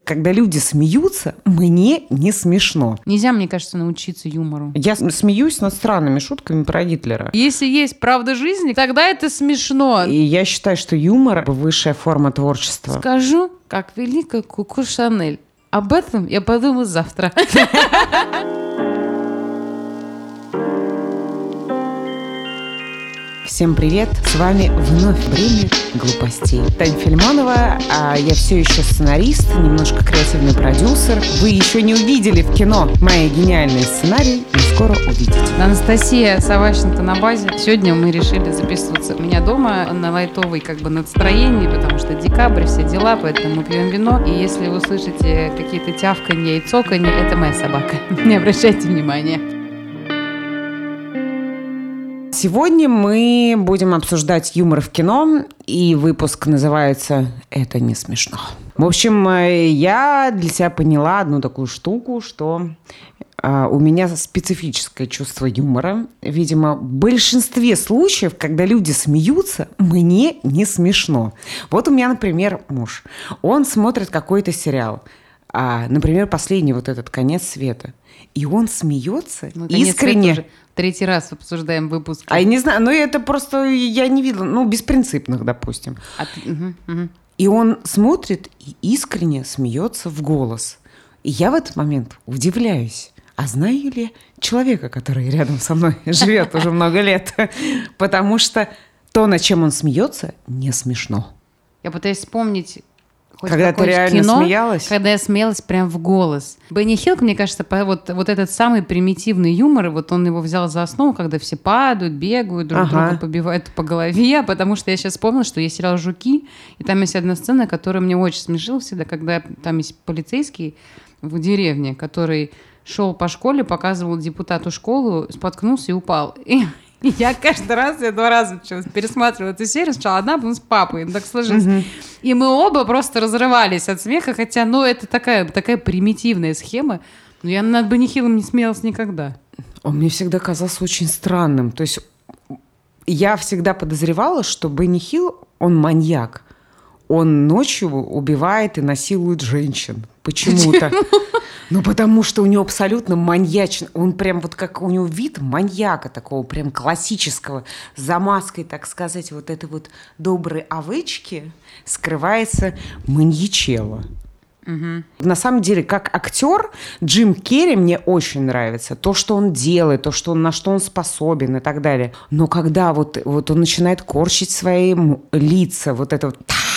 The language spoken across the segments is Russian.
когда люди смеются, мне не смешно. Нельзя, мне кажется, научиться юмору. Я смеюсь над странными шутками про Гитлера. Если есть правда жизни, тогда это смешно. И я считаю, что юмор – высшая форма творчества. Скажу, как великая Коко Шанель. Об этом я подумаю завтра. Всем привет! С вами вновь время глупостей. Таня Филимонова, а я все еще сценарист, немножко креативный продюсер. Вы еще не увидели в кино мои гениальные сценарии, но скоро увидите. Анастасия Саващенко на базе. Сегодня мы решили записываться у меня дома на лайтовой настроении, потому что декабрь, все дела, поэтому мы пьем вино. И если вы слышите какие-то тявканье и цоканье, это моя собака. Не обращайте внимания. Сегодня мы будем обсуждать юмор в кино, и выпуск называется «Это не смешно». В общем, я для себя поняла одну такую штуку, что у меня специфическое чувство юмора. Видимо, в большинстве случаев, когда люди смеются, мне не смешно. Вот у меня, например, муж. Он смотрит какой-то сериал. Например, последний вот этот «Конец света». И он смеется искренне. Третий раз обсуждаем выпуск. Я не знаю, но это просто я не видела, беспринципных, допустим. И он смотрит и искренне смеется в голос. И я в этот момент удивляюсь. А знаю ли человека, который рядом со мной живет уже много лет? Потому что то, над чем он смеется, не смешно. Я пытаюсь вспомнить... Когда ты реально смеялась? Когда я смеялась прям в голос. Бенни Хилл, мне кажется, вот этот самый примитивный юмор, вот он его взял за основу, когда все падают, бегают, друг друга побивают по голове, потому что я сейчас вспомнила, что есть сериал «Жуки», и там есть одна сцена, которая мне очень смешила всегда, когда там есть полицейский в деревне, который шел по школе, показывал депутату школу, споткнулся и упал. И я каждый раз, я 2 раза пересматривала эту серию, сначала одна, потом с папой, так сложилось. И мы оба просто разрывались от смеха, хотя, это такая примитивная схема, но я над Бенни Хиллом не смеялась никогда. Он мне всегда казался очень странным. То есть я всегда подозревала, что Бенни Хилл, он маньяк. Он ночью убивает и насилует женщин. Почему-то. Потому что у него абсолютно маньячный. Он прям как у него вид маньяка такого прям классического. За маской, так сказать, вот этой вот доброй овечки скрывается маньячелло. На самом деле, как актер, Джим Керри мне очень нравится. То, что он делает, на что он способен и так далее. Но когда вот он начинает корчить свои лица, вот это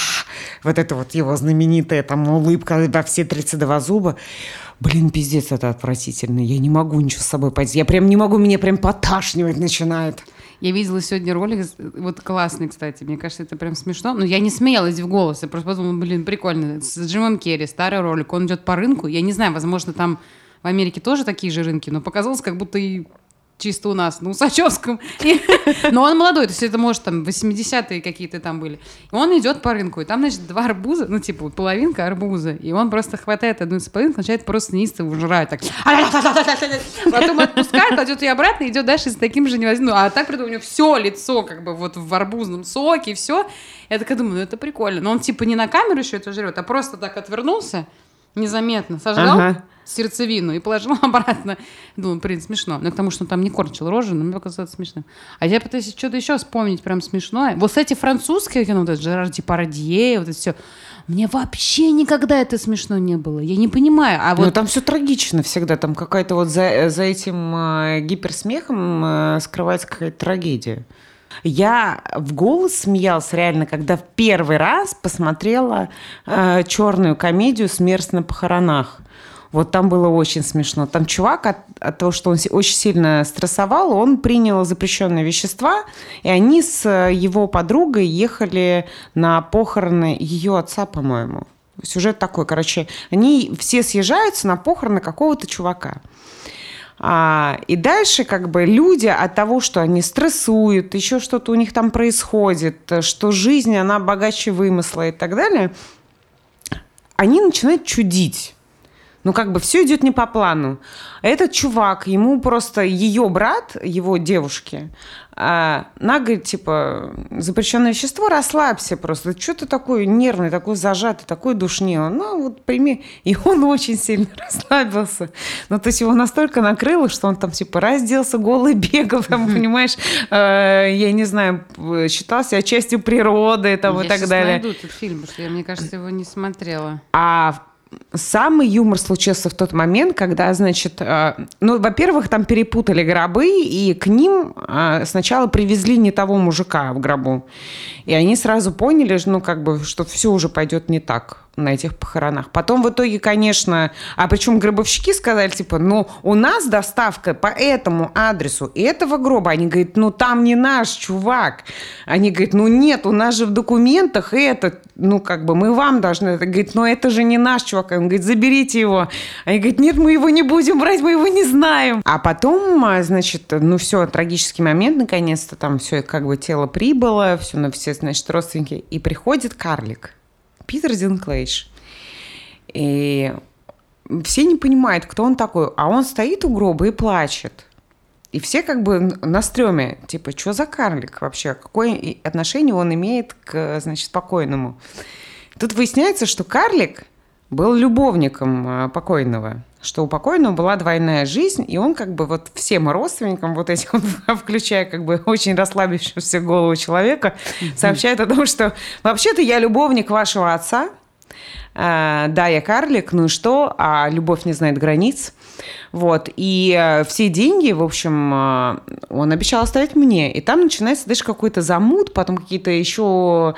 его знаменитая улыбка во все 32 зуба, пиздец, это отвратительно. Я не могу ничего с собой поделать. Я прям не могу, меня прям поташнивать начинает. Я видела сегодня ролик, классный, кстати, мне кажется, это прям смешно, но я не смеялась в голос, я просто подумала, прикольно, с Джимом Керри, старый ролик, он идет по рынку, я не знаю, возможно, там в Америке тоже такие же рынки, но показалось, как будто и чисто у нас, на Усачевском. Но он молодой, то есть это, может, 80-е какие-то там были. И он идет по рынку, и там, 2 арбуза, половинка арбуза, и он просто хватает одну из половинок, начинает просто неистово жрать, так. Потом отпускает, кладет ее обратно, и идет дальше с таким же невозможным. А так, при этом, у него все лицо, в арбузном соке, все. Я такая думаю, это прикольно. Но он, не на камеру еще это жрет, а просто так отвернулся, незаметно, сожрал сердцевину и положил обратно. Думаю, смешно. Но к тому, что он там не корчил рожи, но мне показалось смешным. А я пытаюсь что-то еще вспомнить прям смешное. Вот, кстати, французское кино, Жерар Депардье, вот это все. Мне вообще никогда это смешно не было. Я не понимаю. Там все трагично всегда. Там какая-то за этим гиперсмехом скрывается какая-то трагедия. Я в голос смеялась реально, когда в первый раз посмотрела черную комедию «Смерть на похоронах». Вот там было очень смешно. Там чувак от того, что он очень сюжетно стрессовал, он принял запрещенные вещества, и они с его подругой ехали на похороны ее отца, по-моему. Сюжет такой, они все съезжаются на похороны какого-то чувака. И дальше люди от того, что они стрессуют, еще что-то у них там происходит, что жизнь, она богаче вымысла и так далее, они начинают чудить. Ну, как бы все идет не по плану. Этот чувак, ему просто ее брат, его девушки, она говорит, типа, запрещенное вещество, расслабься просто. Что ты такой нервный, такой зажатый, такой душнил? Ну, вот прими. И он очень сильно расслабился. Ну, то есть его настолько накрыло, что он там, типа, разделся, голый бегал, там, понимаешь, я не знаю, считал себя частью природы там, и так далее. Я сейчас найду этот фильм, потому что я, мне кажется, его не смотрела. А самый юмор случился в тот момент, когда, значит, ну, во-первых, там перепутали гробы, и к ним сначала привезли не того мужика в гробу. И они сразу поняли, ну, как бы, что все уже пойдет не так на этих похоронах. Потом в итоге, конечно, причем гробовщики сказали, типа, ну, у нас доставка по этому адресу этого гроба. Они говорят, ну, там не наш чувак. Они говорят, ну, нет, у нас же в документах это, ну, как бы, мы вам должны. Это говорит, ну, это же не наш чувак. Он говорит, заберите его. Они говорят, нет, мы его не будем брать, мы его не знаем. А потом, значит, ну, все, трагический момент, наконец-то, там все, как бы, тело прибыло, все, значит, родственники. И приходит карлик. Питер Динклэйдж. И все не понимают, кто он такой. А он стоит у гроба и плачет. И все как бы на стреме. Типа, что за карлик вообще? Какое отношение он имеет к, значит, покойному? Тут выясняется, что карлик был любовником покойного. Что у покойного была двойная жизнь. И он как бы вот всем родственникам, вот этим, включая как бы очень расслабившегося голову человека, сообщает о том, что вообще-то я любовник вашего отца. Да, я карлик, ну и что? А любовь не знает границ. Вот. И все деньги, в общем, он обещал оставить мне. И там начинается даже какой-то замут, потом какие-то еще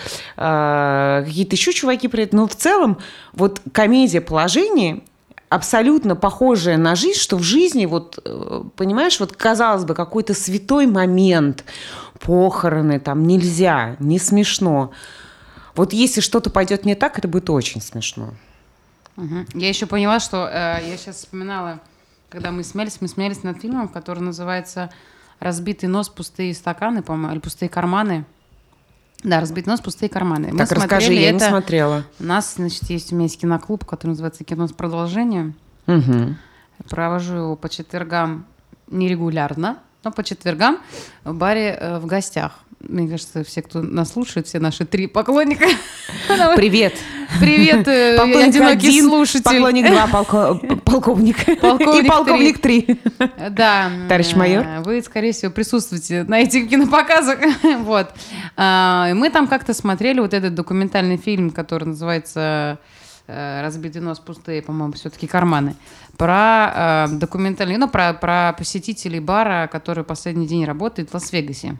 чуваки приедут. Но в целом вот комедия положений абсолютно похожая на жизнь, что в жизни, вот, понимаешь, вот, казалось бы, какой-то святой момент, похороны, там, нельзя, не смешно. Вот если что-то пойдет не так, это будет очень смешно. Угу. Я еще поняла, что я сейчас вспоминала, когда мы смеялись над фильмом, который называется «Разбитый нос, пустые стаканы», по-моему, или «Пустые карманы». Да, «Разбитый нос, пустые карманы». Так мы расскажи, я не смотрела. У нас, значит, у меня есть киноклуб, который называется «Кино с продолжением». Угу. Провожу его по четвергам нерегулярно, но по четвергам в баре «В гостях». Мне кажется, все, кто нас слушает, все наши 3 поклонника. Привет. Привет, одинокий слушатель. Поклонник 2, полковник. И полковник 3. Да. Товарищ майор. Вы, скорее всего, присутствуете на этих кинопоказах. Вот. Мы там как-то смотрели вот этот документальный фильм, который называется «Разбитый нос, пустые, по-моему, все-таки карманы». Про документальный, ну, про посетителей бара, который последний день работает в Лас-Вегасе.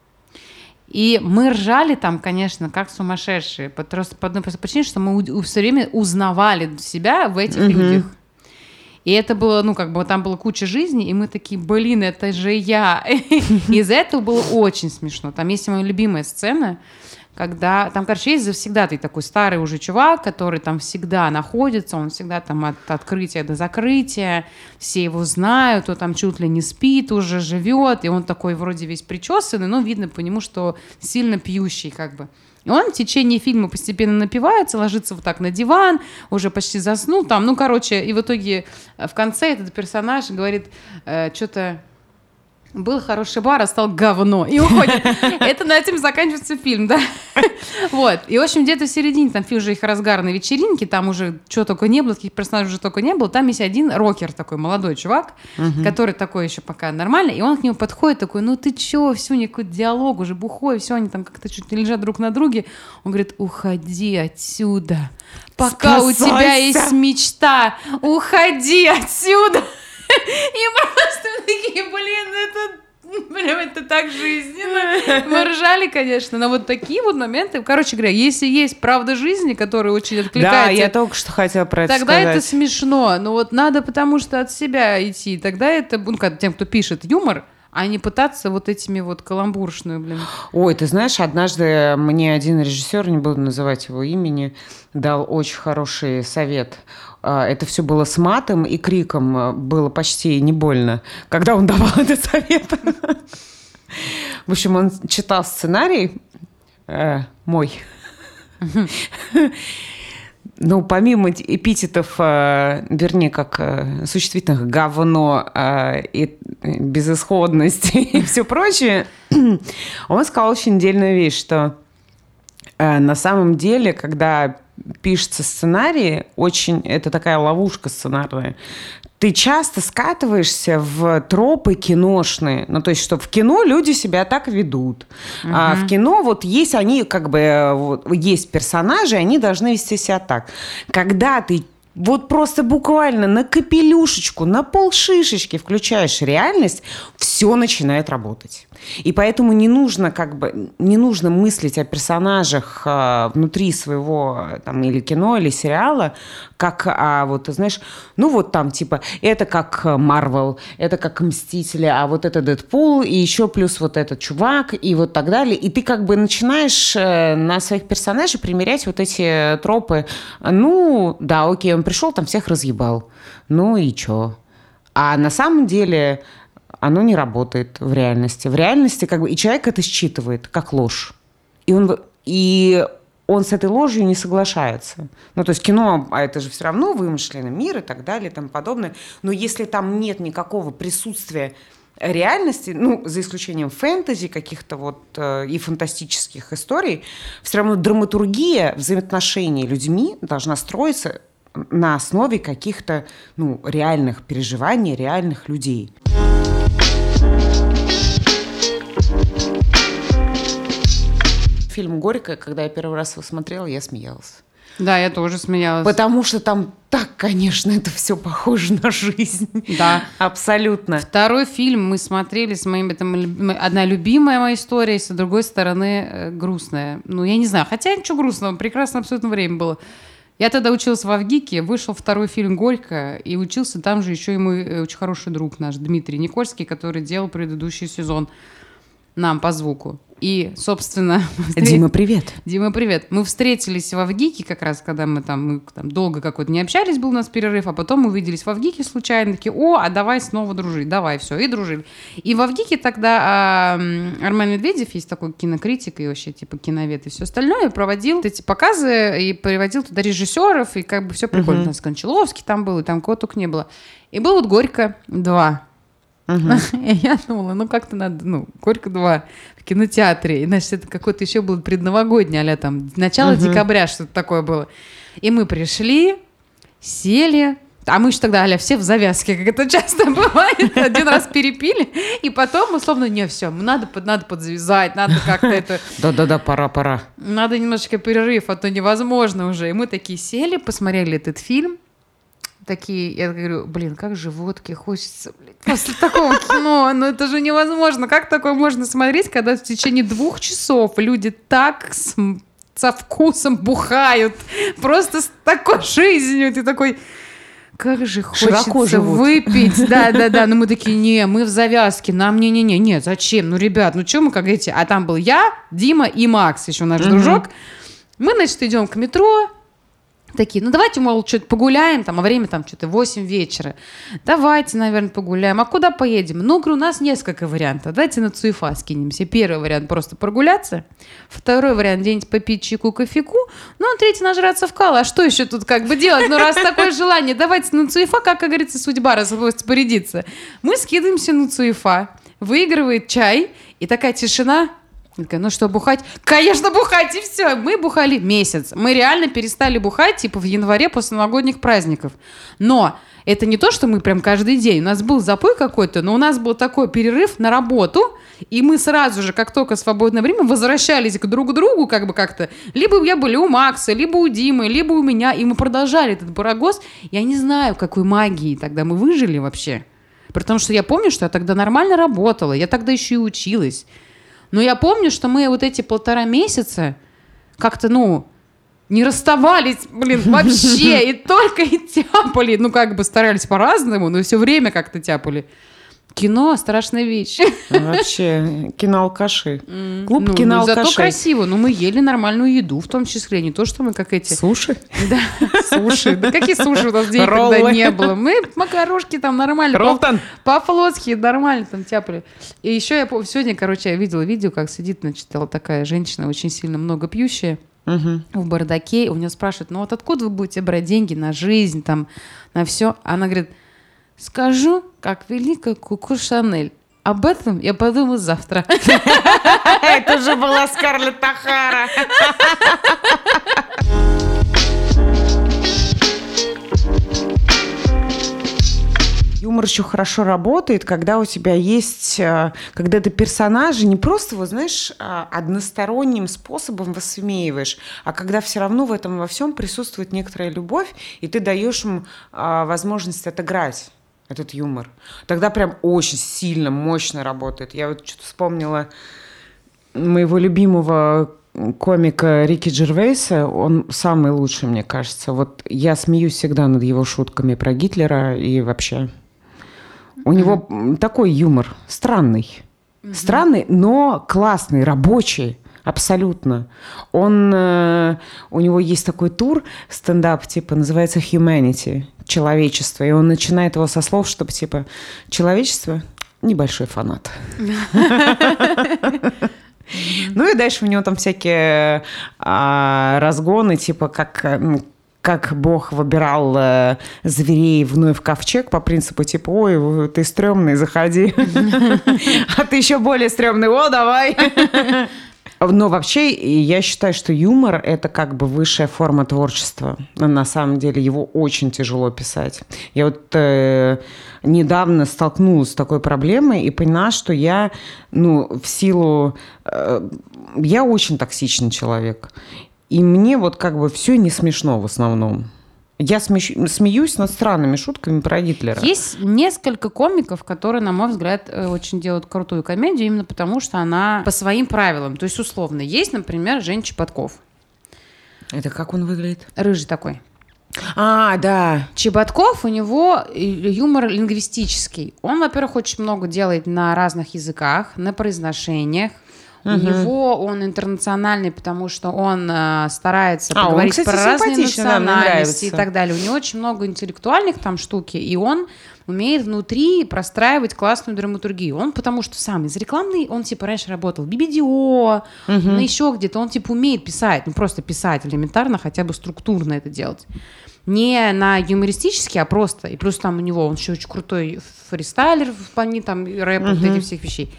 И мы ржали там, конечно, как сумасшедшие. Просто по одной простой причине, что мы все время узнавали себя в этих людях. И это было, ну, как бы, там была куча жизни, и мы такие, блин, это же я. Из-за этого было очень смешно. Там есть моя любимая сцена, когда... Там, короче, есть завсегдатый такой старый уже чувак, который там всегда находится, он всегда там от открытия до закрытия, все его знают, он там чуть ли не спит уже, живет, и он такой вроде весь причесанный, но видно по нему, что сильно пьющий как бы. И он в течение фильма постепенно напивается, ложится вот так на диван, уже почти заснул там, ну, короче, и в итоге в конце этот персонаж говорит что-то... Был хороший бар, а стал говно. И уходит. Это на этом заканчивается фильм, да? Вот. И, в общем, где-то в середине, там, уже их разгарной вечеринки, там уже чего только не было, каких персонажей уже только не было. Там есть один рокер такой, молодой чувак, который такой еще пока нормальный. И он к нему подходит такой, ну ты че, все, никакой диалог уже бухой, все, они там как-то чуть не лежат друг на друге. Он говорит, уходи отсюда, пока у тебя есть мечта. Уходи отсюда. И просто такие, это так жизненно. Мы ржали, конечно, но вот такие вот моменты, короче говоря, если есть правда жизни, которая очень откликается... Да, я только что хотела про это тогда сказать. Это смешно, но вот надо потому что от себя идти, тогда это, ну, тем, кто пишет юмор, а не пытаться вот этими вот каламбуршную, блин. Ой, ты знаешь, однажды мне один режиссер, не буду называть его имени, дал очень хороший совет. Это все было с матом и криком, было почти не больно, когда он давал этот совет. В общем, он читал сценарий мой. Ну, помимо эпитетов, вернее, как существительных говно и безысходность и все прочее, он сказал очень дельную вещь, что на самом деле, когда пишется сценарий, это такая ловушка сценарная. Ты часто скатываешься в тропы киношные. Ну, то есть, что в кино люди себя так ведут. А в кино вот есть они, как бы, вот, есть персонажи, они должны вести себя так. Когда ты вот просто буквально на капелюшечку, на полшишечки включаешь реальность, все начинает работать. И поэтому не нужно мыслить о персонажах внутри своего там, или кино, или сериала, как, вот, знаешь, ну вот там типа, это как Марвел, это как Мстители, а вот это Дэдпул, и еще плюс вот этот чувак, и вот так далее. И ты как бы начинаешь на своих персонажей примерять вот эти тропы. Ну, да, окей, он пришел, там всех разъебал. Ну и чё? А на самом деле оно не работает в реальности. В реальности как бы и человек это считывает как ложь. И он с этой ложью не соглашается. Ну, то есть кино, а это же все равно вымышленный мир и так далее и тому подобное. Но если там нет никакого присутствия реальности, ну, за исключением фэнтези, каких-то вот и фантастических историй, все равно драматургия взаимоотношений людьми должна строиться на основе каких-то, ну, реальных переживаний, реальных людей. Фильм «Горько», когда я первый раз его смотрела, я смеялась. Да, я тоже смеялась. Потому что там так, конечно, это все похоже на жизнь. Да. Абсолютно. Второй фильм мы смотрели с моим... Это одна любимая моя история, с другой стороны грустная. Ну, я не знаю. Хотя ничего грустного, прекрасное абсолютно время было. Я тогда училась в Авгике, вышел второй фильм «Горько», и учился там же еще и мой очень хороший друг наш, Дмитрий Никольский, который делал предыдущий сезон нам по звуку. И, собственно... Дима, привет. Дима, привет. Мы встретились в Авгике как раз, когда мы там долго какой-то не общались, был у нас перерыв, а потом мы увиделись в Авгике случайно, такие, а давай снова дружить, давай, все, и дружили. И в Авгике тогда Армен Медведев, есть такой кинокритик и вообще типа киновед и все остальное, проводил эти показы и приводил туда режиссеров, и как бы все прикольно. У нас Кончаловский там был, и там кого только не было. И был вот «Горько 2». И я думала, как-то надо, «Горько 2» в кинотеатре. И, значит, это какой-то еще был предновогодний, а-ля там начало декабря, что-то такое было. И мы пришли, сели, а мы еще тогда, все в завязке, как это часто бывает. Один раз перепили, и потом, условно, все, надо подзавязать, надо как-то это... Да-да-да, пора. Надо немножечко перерыв, а то невозможно уже. И мы такие сели, посмотрели этот фильм. Такие, я говорю, как же водки хочется, после такого кино, это же невозможно. Как такое можно смотреть, когда в течение 2 часов люди так со вкусом бухают, просто с такой жизнью, ты такой, как же хочется выпить. Да, но мы такие, мы в завязке, нам нет, зачем, ребят, что мы как эти, а там был я, Дима и Макс, еще наш дружок. Мы, значит, идем к метро, такие, давайте, мол, что-то погуляем, а время что-то 8 вечера. Давайте, наверное, погуляем. А куда поедем? Говорю, у нас несколько вариантов. Давайте на Цуефа скинемся. Первый вариант просто прогуляться. Второй вариант где-нибудь попить чайку, кофейку. Третий нажраться в кал. А что еще тут делать? Раз такое желание, давайте на Цуефа, как говорится, судьба распорядится. Мы скидываемся на Цуефа. Выигрывает чай. И такая тишина. Такая, что, бухать? Конечно, бухать, и все. Мы бухали месяц. Мы реально перестали бухать, в январе после новогодних праздников. Но это не то, что мы прям каждый день. У нас был запой какой-то, но у нас был такой перерыв на работу, и мы сразу же, как только свободное время, возвращались к друг другу, как-то. Либо я были у Макса, либо у Димы, либо у меня, и мы продолжали этот барагоз. Я не знаю, какой магией тогда мы выжили вообще. Потому что я помню, что я тогда нормально работала, я тогда еще и училась. Но я помню, что мы вот эти 1,5 месяца как-то, не расставались, вообще. И только и тяпали. Старались по-разному, но все время как-то тяпали. Кино – страшная вещь. Вообще, киноалкаши. Клуб киноалкашей. Зато красиво. Мы ели нормальную еду, в том числе. Не то, что мы как эти... Суши? Да, суши. Да какие суши у нас денег тогда не было. Мы макарошки там нормально. Ролтон. По-флотски нормально там тяпали. И еще я помню, сегодня, я видела видео, как сидит, такая женщина, очень сильно много пьющая. в бардаке. У нее спрашивают, ну вот откуда вы будете брать деньги на жизнь, там, на все? Она говорит, скажу, как великая Коко Шанель. Об этом я подумаю завтра. Это же была Скарлетт О'Хара. Юмор еще хорошо работает, когда у тебя есть, когда ты персонажа не просто, вот знаешь, односторонним способом высмеиваешь, а когда все равно в этом во всем присутствует некоторая любовь, и ты даешь им возможность отыграть этот юмор. Тогда прям очень сильно, мощно работает. Я вот что-то вспомнила моего любимого комика Рики Джервейса, он самый лучший, мне кажется. Вот я смеюсь всегда над его шутками про Гитлера и вообще. У него такой юмор странный. Странный, но классный, рабочий. Абсолютно. У него есть такой тур, стендап, типа, называется Humanity, человечество. И он начинает его со слов, чтобы, типа, человечество – небольшой фанат. Ну и дальше у него там всякие разгоны, типа, как Бог выбирал зверей вновь в ковчег по принципу, типа, ой, ты стрёмный, заходи. А ты еще более стрёмный, о, давай. Но вообще я считаю, что юмор – это как бы высшая форма творчества. На самом деле его очень тяжело писать. Я вот недавно столкнулась с такой проблемой и поняла, что я, в силу… я очень токсичный человек. И мне вот как бы все не смешно в основном. Я смеюсь над странными шутками про Гитлера. Есть несколько комиков, которые, на мой взгляд, очень делают крутую комедию, именно потому что она по своим правилам. То есть, условно, есть, например, Жень Чеботков. Это как он выглядит? Рыжий такой. Да. Чеботков, у него юмор лингвистический. Он, во-первых, очень много делает на разных языках, на произношениях. У него он интернациональный, потому что он старается поговорить он, кстати, про разные да, национальности и так далее. У него очень много интеллектуальных там штуки, и он умеет внутри простраивать классную драматургию. Он потому что сам из рекламной, он типа раньше работал в BBDO, еще где-то, он типа умеет писать, просто писать элементарно, хотя бы структурно это делать. Не на юмористический, а просто. И плюс там у него, он еще очень крутой фристайлер в плане там рэпа, вот этих всех вещей.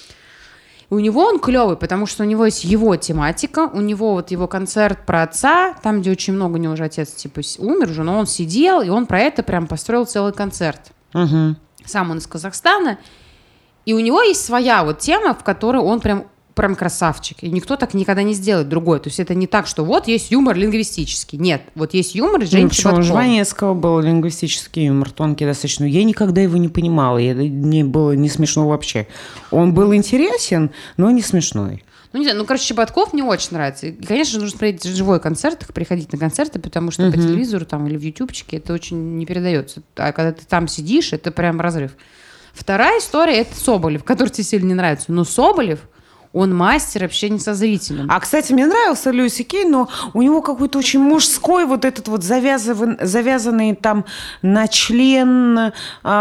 У него он клевый, потому что у него есть его тематика, у него вот его концерт про отца, там, где очень много у него уже отец типа умер уже, но он сидел, и он про это прям построил целый концерт. Сам он из Казахстана, и у него есть своя вот тема, в которой он прям красавчик, и никто так никогда не сделает другой. То есть это не так, что вот есть юмор лингвистический. Нет, вот есть юмор Жени Чеботкова. У Жванецкого был лингвистический юмор, тонкий достаточно. Я никогда его не понимала, мне было не смешно вообще. Он был интересен, но не смешной. Не знаю, Чеботков мне очень нравится. И, конечно, нужно смотреть живой концерт, приходить на концерты, потому что по телевизору там, или в ютубчике это очень не передается. А когда ты там сидишь, это прям разрыв. Вторая история – это Соболев, который тебе сильно не нравится. Но Соболев, он мастер общения со зрителем. Кстати, мне нравился Льюис Кей, но у него какой-то очень мужской вот этот вот завязанный там на член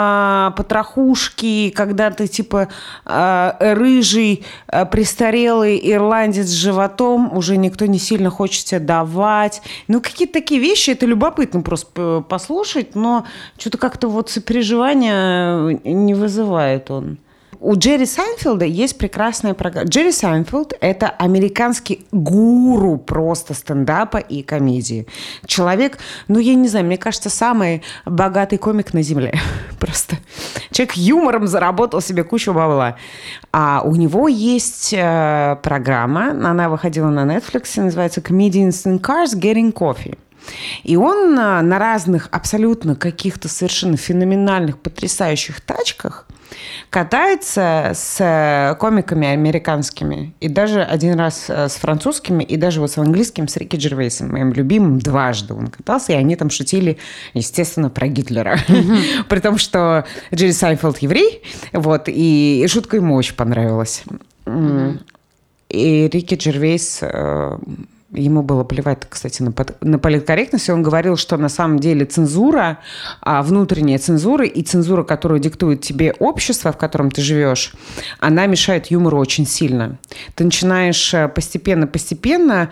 потрохушки, когда ты типа рыжий, престарелый ирландец с животом, уже никто не сильно хочет тебе давать. Какие-то такие вещи, это любопытно просто послушать, но что-то как-то вот сопереживания не вызывает он. У Джерри Сайнфелда есть прекрасная программа. Джерри Сайнфелд – это американский гуру просто стендапа и комедии. Человек, я не знаю, мне кажется, самый богатый комик на земле. Просто человек юмором заработал себе кучу бабла. А у него есть программа, она выходила на Netflix, называется «Comedians in Cars Getting Coffee». И он на разных абсолютно каких-то совершенно феноменальных, потрясающих тачках катается с комиками американскими. И даже один раз с французскими, и даже вот с английским, с Рики Джервейсом, моим любимым, дважды он катался, и они там шутили, естественно, про Гитлера. При том, что Джерри Сайнфелд еврей, вот, и шутка ему очень понравилась. И Рики Джервейс ему было плевать, кстати, на политкорректность, и он говорил, что на самом деле цензура, внутренняя цензура и цензура, которую диктует тебе общество, в котором ты живешь, она мешает юмору очень сильно. Ты начинаешь постепенно,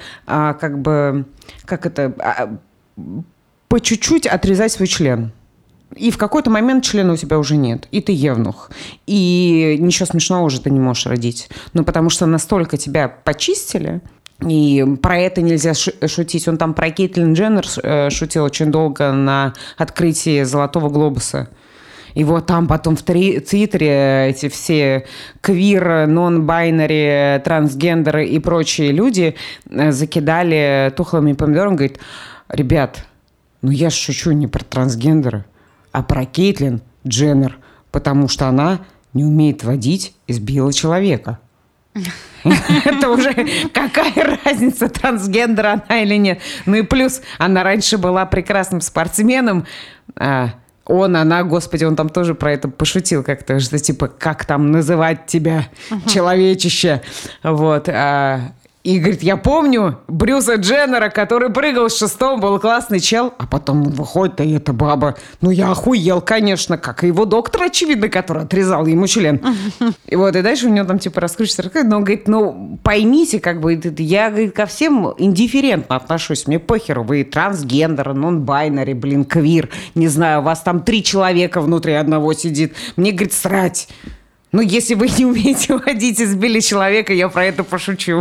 по чуть-чуть отрезать свой член. И в какой-то момент члена у тебя уже нет. И ты евнух. И ничего смешного уже ты не можешь родить. Ну, потому что настолько тебя почистили, и про это нельзя шутить. Он там про Кейтлин Дженнер шутил очень долго на открытии «Золотого глобуса». Его там потом в Твиттере эти все квир, нон-байнери, трансгендеры и прочие люди закидали тухлыми помидорами. Говорит, ребят, ну я шучу не про трансгендеры, а про Кейтлин Дженнер, потому что она не умеет водить, избила человека. Это уже какая разница, трансгендер она или нет. Ну и плюс, она раньше была прекрасным спортсменом. Она, господи, он там тоже про это пошутил как-то, что типа, как там называть тебя, человечище. Вот. И говорит, я помню Брюса Дженнера, который прыгал с шестом, был классный чел, а потом он выходит, и эта баба. Ну, я охуел, конечно, как и его доктор, очевидно, который отрезал ему член. И вот, и дальше у него там типа раскручивается, но он говорит, ну, поймите, как бы, я, говорит, ко всем индифферентно отношусь, мне похеру, вы трансгендер, нон-байнери, блин, квир, не знаю, у вас там 3 человека внутри одного сидит, мне, говорит, срать. Ну, если вы не умеете водить, избили человека, я про это пошучу.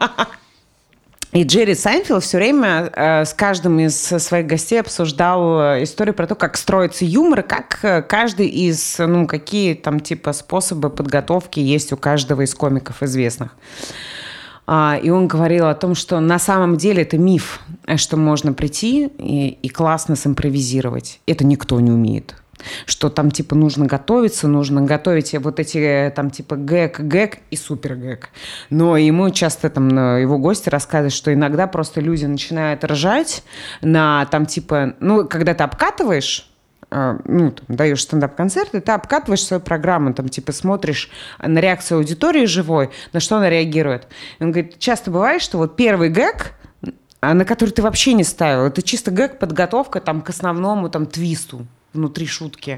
И Джерри Сайнфелд все время с каждым из своих гостей обсуждал историю про то, как строится юмор, и как каждый из, какие там типа способы подготовки есть у каждого из комиков известных. И он говорил о том, что на самом деле это миф, что можно прийти и классно симпровизировать. Это никто не умеет. Что там, типа, нужно готовить вот эти, там, типа, гэг и супер-гэг. Но ему часто, там, его гости рассказывают, что иногда просто люди начинают ржать на, там, типа, когда ты обкатываешь, даешь стендап-концерт, и ты обкатываешь свою программу, там, типа, смотришь на реакцию аудитории живой, на что она реагирует. И он говорит, часто бывает, что вот первый гэг, на который ты вообще не ставил, это чисто гэг, подготовка, там, к основному, там, твисту внутри шутки.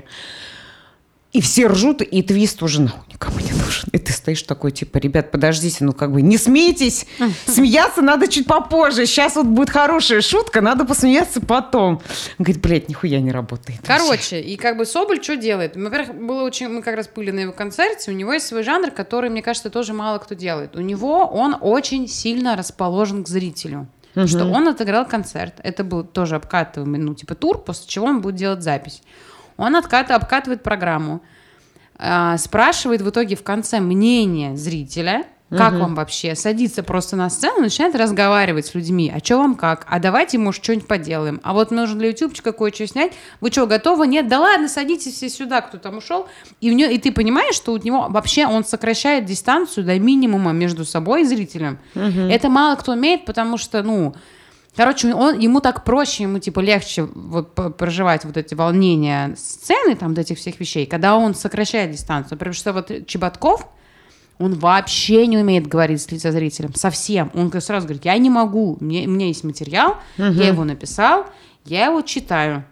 И все ржут, и твист уже никому не нужен. И ты стоишь такой, типа, ребят, подождите, не смейтесь, смеяться надо чуть попозже. Сейчас вот будет хорошая шутка, надо посмеяться потом. Он говорит, блядь, нихуя не работает. Короче, и как бы Соболь что делает? Во-первых, мы как раз были на его концерте, у него есть свой жанр, который, мне кажется, тоже мало кто делает. Он очень сильно расположен к зрителю. Что он отыграл концерт. Это был тоже обкатываемый, тур, после чего он будет делать запись. Он обкатывает программу, спрашивает в итоге в конце мнение зрителя, как вам вообще, садится просто на сцену, начинает разговаривать с людьми, а что вам как, а давайте, может, что-нибудь поделаем, а вот нужно для ютубчика кое-что снять, вы что, готовы? Нет, да ладно, садитесь все сюда, кто там ушел, и ты понимаешь, что у него вообще он сокращает дистанцию до минимума между собой и зрителем. Это мало кто умеет, потому что, ему так проще, ему типа легче вот проживать вот эти волнения сцены, там, до этих всех вещей, когда он сокращает дистанцию, потому что вот Чеботков, он вообще не умеет говорить со зрителем, совсем. Он сразу говорит, я не могу, у меня есть материал, я его написал, я его читаю.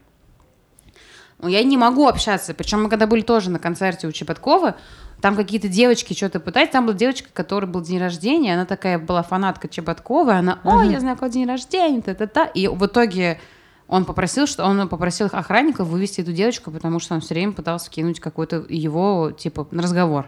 Но я не могу общаться. Причем мы когда были тоже на концерте у Чеботкова, там какие-то девочки что-то пытались. Там была девочка, которой был день рождения, она такая была фанатка Чеботкова, она, я знаю, какой день рождения, та-та-та. И в итоге он попросил их охранников вывести эту девочку, потому что он все время пытался кинуть какой-то его, типа, разговор.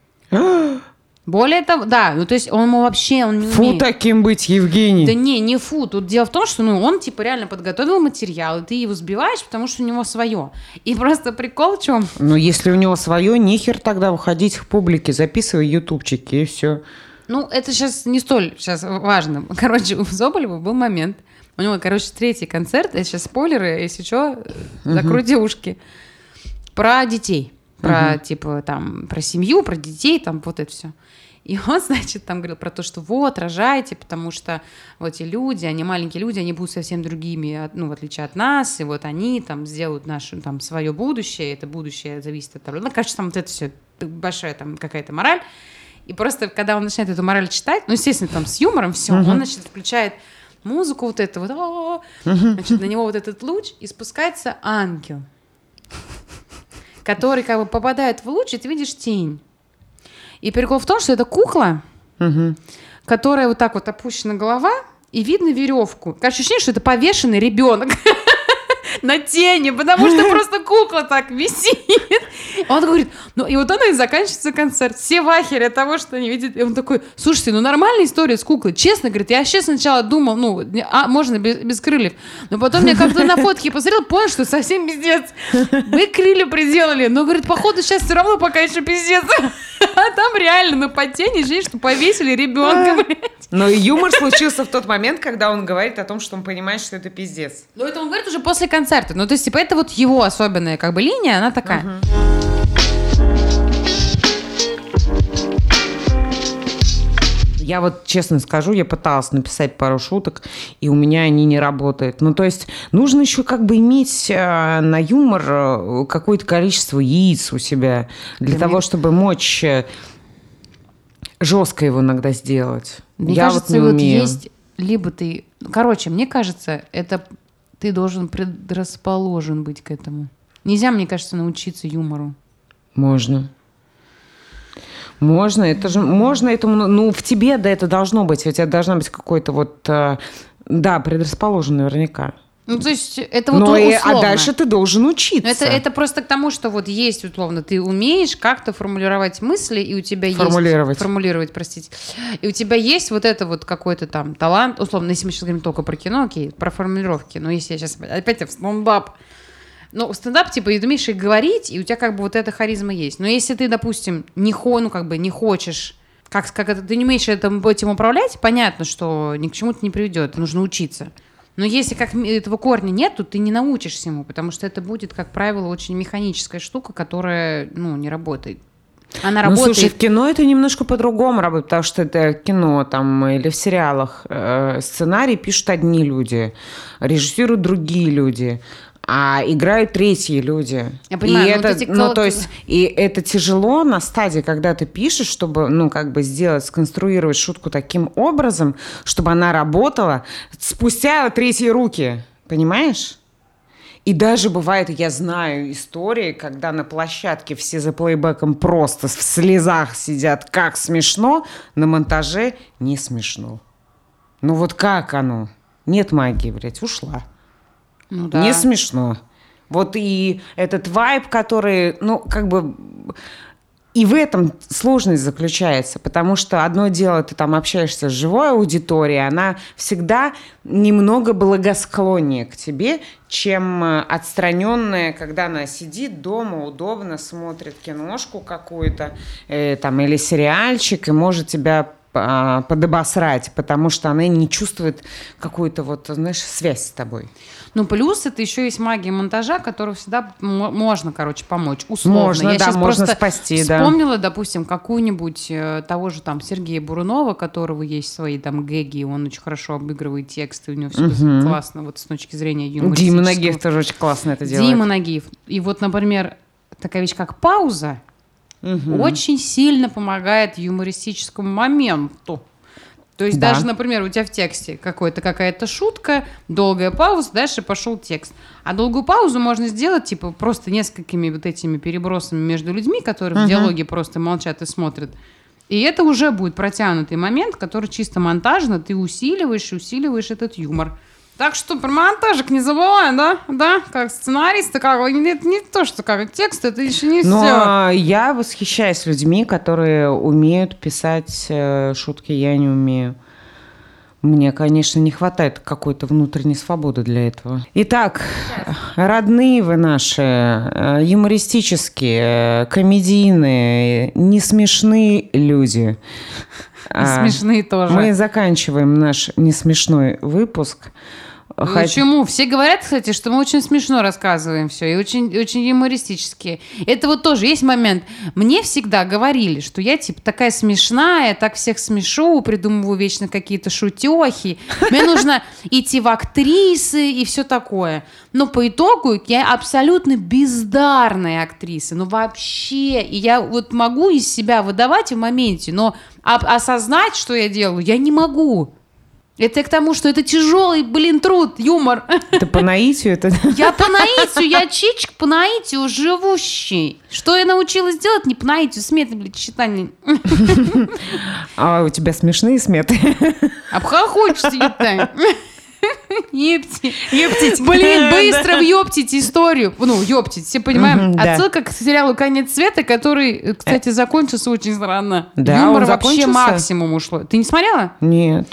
Более того, да, то есть он не умеет. Фу таким быть, Евгений. Да не фу. Тут дело в том, что он типа реально подготовил материал, и ты его сбиваешь, потому что у него свое. И просто прикол в чем? Если у него свое, нихер тогда выходить к публике, записывай ютубчики, и все. Это сейчас не столь важно. Короче, у Соболева был момент. У него, третий концерт, это сейчас спойлеры, если что, закройте ушки. Про детей. Про, типа, там, про семью, про детей, там, вот это все. И он, значит, там говорил про то, что вот, рожайте, потому что вот эти люди, они маленькие люди, они будут совсем другими, в отличие от нас, и вот они там сделают наше, там, свое будущее, это будущее зависит от того. Кажется, там вот это все, большая там какая-то мораль. И просто, когда он начинает эту мораль читать, естественно, там, с юмором все, он, значит, включает музыку вот эту вот, значит, на него вот этот луч, и спускается ангел, который как бы попадает в луч, и ты видишь тень. И прикол в том, что это кукла, которая вот так вот опущена голова, и видно веревку. Короче, ощущение, что это повешенный ребенок на тени, потому что просто кукла так висит. Он говорит, ну и вот она и заканчивается концерт. Все в ахере от того, что они видят. И он такой, слушайте, ну нормальная история с куклой. Честно, говорит, я вообще сначала думал, ну, можно без крыльев. Но потом я как-то на фотке посмотрел, понял, что совсем пиздец. Вы крылья приделали. Но, говорит, походу сейчас все равно пока еще пиздец. А там реально, ну, по тени, видишь, что повесили ребенка, блядь. Но юмор случился в тот момент, когда он говорит о том, что он понимает, что это пиздец. Ну, это он говорит уже после концерта. Ну, то есть, типа, это вот его особенная, как бы, линия, она такая. Я вот честно скажу, я пыталась написать пару шуток, и у меня они не работают. Ну, то есть нужно еще как бы иметь на юмор какое-то количество яиц у себя для того, чтобы мочь жестко его иногда сделать. Мне я кажется, вот не умею. есть либо ты... Короче, мне кажется, это ты должен предрасположен быть к этому. Нельзя, мне кажется, научиться юмору. Можно, это же можно этому, ну, в тебе, да, это должно быть, у тебя должна быть какой-то вот, да, предрасположен наверняка. Ну, то есть, это вот условно. А дальше ты должен учиться. Это просто к тому, что вот есть, условно, ты умеешь как-то формулировать мысли, и у тебя есть... Формулировать, простите. И у тебя есть вот это вот какой-то там талант, условно, если мы сейчас говорим только про кино, окей, про формулировки, но если я сейчас опять в стендап, ну, стендап, типа, ты умеешь и говорить, и у тебя как бы вот эта харизма есть. Но если ты, допустим, не хочешь, как это, ты не умеешь этим управлять, понятно, что ни к чему это не приведет, нужно учиться. Но если как этого корня нет, то ты не научишься ему, потому что это будет, как правило, очень механическая штука, которая, ну, не работает. Она работает... Ну, слушай, в кино это немножко по-другому работает, потому что это кино там или в сериалах. Сценарий пишут одни люди, режиссируют другие люди, а играют третьи люди. Я понимаю, и это, то есть, и это тяжело на стадии, когда ты пишешь, чтобы, ну, как бы сконструировать шутку таким образом, чтобы она работала спустя третьи руки, понимаешь? И даже бывает, я знаю истории, когда на площадке все за плейбеком просто в слезах сидят, как смешно, на монтаже не смешно. Ну вот как оно? Нет магии, блядь, ушла. Ну, да. Не смешно. Вот и этот вайб, который, ну, как бы... И в этом сложность заключается, потому что одно дело, ты там общаешься с живой аудиторией, она всегда немного благосклоннее к тебе, чем отстраненная, когда она сидит дома, удобно смотрит киношку какую-то там, или сериальчик и может тебя подобосрать, потому что она не чувствует какую-то вот, знаешь, связь с тобой. Ну, плюс это еще есть магия монтажа, которую всегда можно, короче, помочь. Условно. Можно, я да, можно просто спасти, вспомнила, допустим, какую-нибудь того же там Сергея Бурунова, у которого есть свои там гэги, он очень хорошо обыгрывает тексты, у него все классно вот с точки зрения юмористического. Дима Нагиев тоже очень классно это делает. Дима Нагиев. И вот, например, такая вещь, как пауза, очень сильно помогает юмористическому моменту. То есть даже, например, у тебя в тексте какая-то шутка, долгая пауза, дальше пошел текст. А долгую паузу можно сделать типа просто несколькими вот этими перебросами между людьми, которые в диалоге просто молчат и смотрят. И это уже будет протянутый момент, который чисто монтажно ты усиливаешь этот юмор. Так что про монтажик не забывай, да? Да, как сценарист, это не то, что как текст, это еще не все. Но я восхищаюсь людьми, которые умеют писать шутки, я не умею. Мне, конечно, не хватает какой-то внутренней свободы для этого. Итак, родные вы наши, юмористические, комедийные, не смешные люди. И смешные тоже. Мы заканчиваем наш несмешной выпуск. Почему? Все говорят, кстати, что мы очень смешно рассказываем все и очень, очень юмористически. Это вот тоже есть момент. Мне всегда говорили, что я типа такая смешная, так всех смешу, придумываю вечно какие-то шутехи. Мне нужно идти в актрисы и все такое. Но по итогу я абсолютно бездарная актриса. Ну вообще. И я вот могу из себя выдавать в моменте, но осознать, что я делаю, я не могу. Это я к тому, что это тяжелый, труд, юмор. Это по наитию? Я по наитию, я чичик по наитию живущий. Что я научилась делать? Не по наитию, сметы, считания. А у тебя смешные сметы? Обхохочешься, ебать. Ептить. Ептить. Быстро въептить историю. Ептить, все понимаем. Отсылка к сериалу «Конец света», который, кстати, закончился очень странно. Да, юмор вообще максимум ушло. Ты не смотрела? Нет.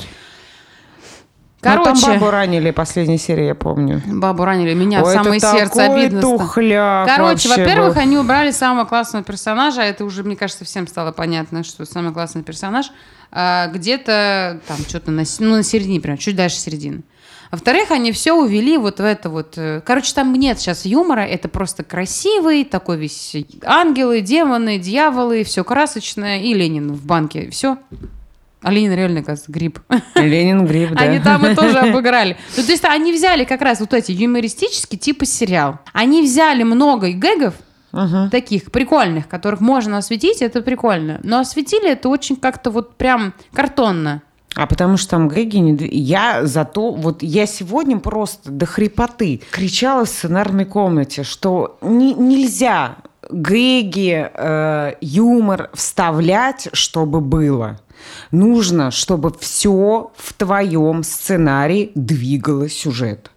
Короче, там бабу ранили, последней серии, я помню. Бабу ранили, меня в самое сердце обидно. Короче, во-первых, они убрали самого классного персонажа, это уже, мне кажется, всем стало понятно, что самый классный персонаж где-то там что-то на середине, прям чуть дальше середины. Во-вторых, они все увели вот в это вот... Короче, там нет сейчас юмора, это просто красивый, такой весь ангелы, демоны, дьяволы, все красочное, и Ленин в банке, все. А Ленин реально, кажется, гриб. Ленин гриб, да. Они там и тоже обыграли. То есть они взяли как раз вот эти юмористические типа сериал. Они взяли много гэгов, таких прикольных, которых можно осветить, это прикольно. Но осветили это очень как-то вот прям картонно. А потому что там гэги... Я сегодня просто до хрипоты кричала в сценарной комнате, что нельзя гэги, юмор вставлять, чтобы было. Нужно, чтобы все в твоем сценарии двигало сюжет.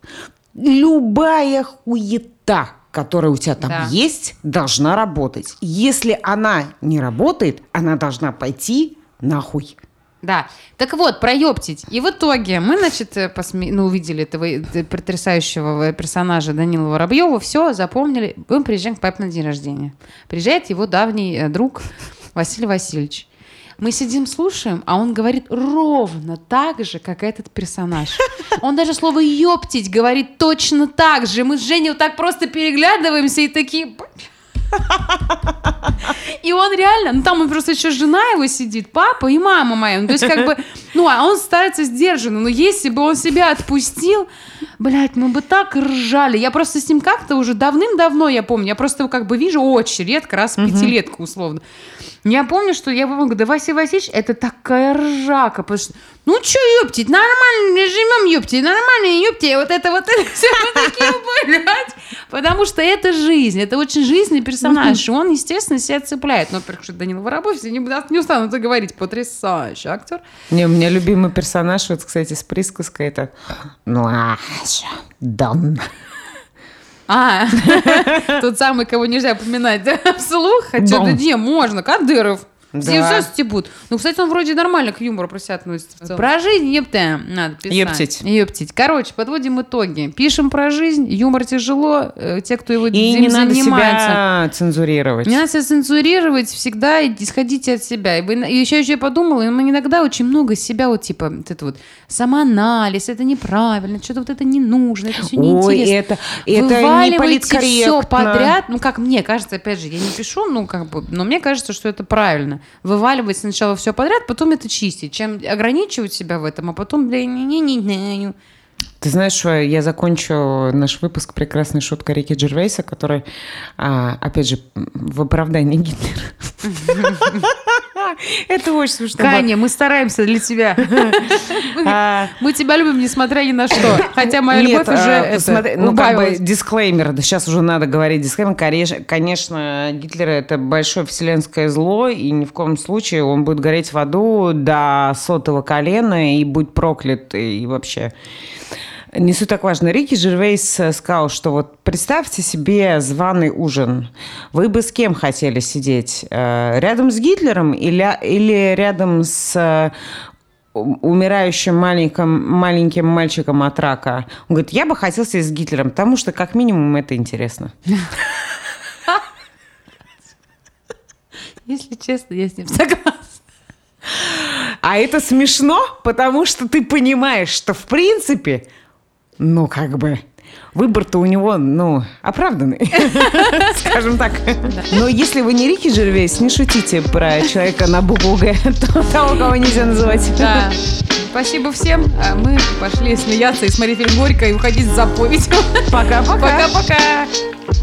Любая хуета, которая у тебя там есть, должна работать. Если она не работает, она должна пойти нахуй. Да. Так вот, проептить. И в итоге мы, значит, увидели этого потрясающего персонажа Данила Воробьева, все, запомнили. Мы приезжаем к папе на день рождения. Приезжает его давний друг Василий Васильевич. Мы сидим, слушаем, а он говорит ровно так же, как этот персонаж. Он даже слово «ёптить» говорит точно так же. Мы с Женей вот так просто переглядываемся и такие... И он реально, там просто еще жена его сидит, папа и мама моя. То есть а он старается сдержанно, но если бы он себя отпустил, блядь, мы бы так ржали. Я просто с ним как-то уже давным-давно, я помню, я просто его вижу очень редко, раз в пятилетку условно. Я помню, что я говорю, да, Василий Васильевич, это такая ржака, потому что, чё ёптить, нормально живем, ёптить, нормально ёптить, вот это все мы такие, блядь, потому что это жизнь, это очень жизненный персонаж, и он, естественно, себя цепляет. Но, во-первых, что Данила Воробьев, все не устану это говорить, потрясающий актер. Не, у меня любимый персонаж, вот, кстати, с присказкой, это Дон. Тот самый, кого нельзя упоминать вслух, хотя да можно, Кадыров. Все стебут. Кстати, он вроде нормально к юмору про себя относится. Про жизнь, епта, надо писать. Ептить. Короче, подводим итоги. Пишем про жизнь, юмор тяжело, те, кто его и не надо себя цензурировать. Не надо себя цензурировать, всегда исходите от себя. И еще я подумала, мы иногда очень много себя самоанализ, это неправильно, что-то вот это не нужно, это все неинтересно. Это не политкорректно. Все подряд, как мне кажется, опять же, я не пишу, но мне кажется, что это правильно. Вываливать сначала все подряд, потом это чистить, чем ограничивать себя в этом, а потом, не. Ты знаешь, что я закончу наш выпуск прекрасной шуткой Рики Джервейса, который, опять же, в оправдании Гитлера. Это очень смешно. Каня, мы стараемся для тебя. Мы тебя любим, несмотря ни на что. Хотя моя любовь уже убавилась. Дисклеймер. Сейчас уже надо говорить дисклеймер. Конечно, Гитлер – это большое вселенское зло, и ни в коем случае он будет гореть в аду до 100-го колена и будет проклят, и вообще... Не суть так важно. Рики Джервейс сказал, что вот представьте себе званый ужин. Вы бы с кем хотели сидеть? Рядом с Гитлером или рядом с умирающим маленьким мальчиком от рака? Он говорит, я бы хотел сидеть с Гитлером, потому что как минимум это интересно. Если честно, я с ним согласна. А это смешно, потому что ты понимаешь, что в принципе... выбор-то у него, оправданный, скажем так. Но если вы не Рики Джервейс, не шутите про человека на букву «Г», то того, кого нельзя называть. Да. Спасибо всем. Мы пошли смеяться и смотреть фильм «Горько» и уходить с заповедью. Пока-пока. Пока-пока.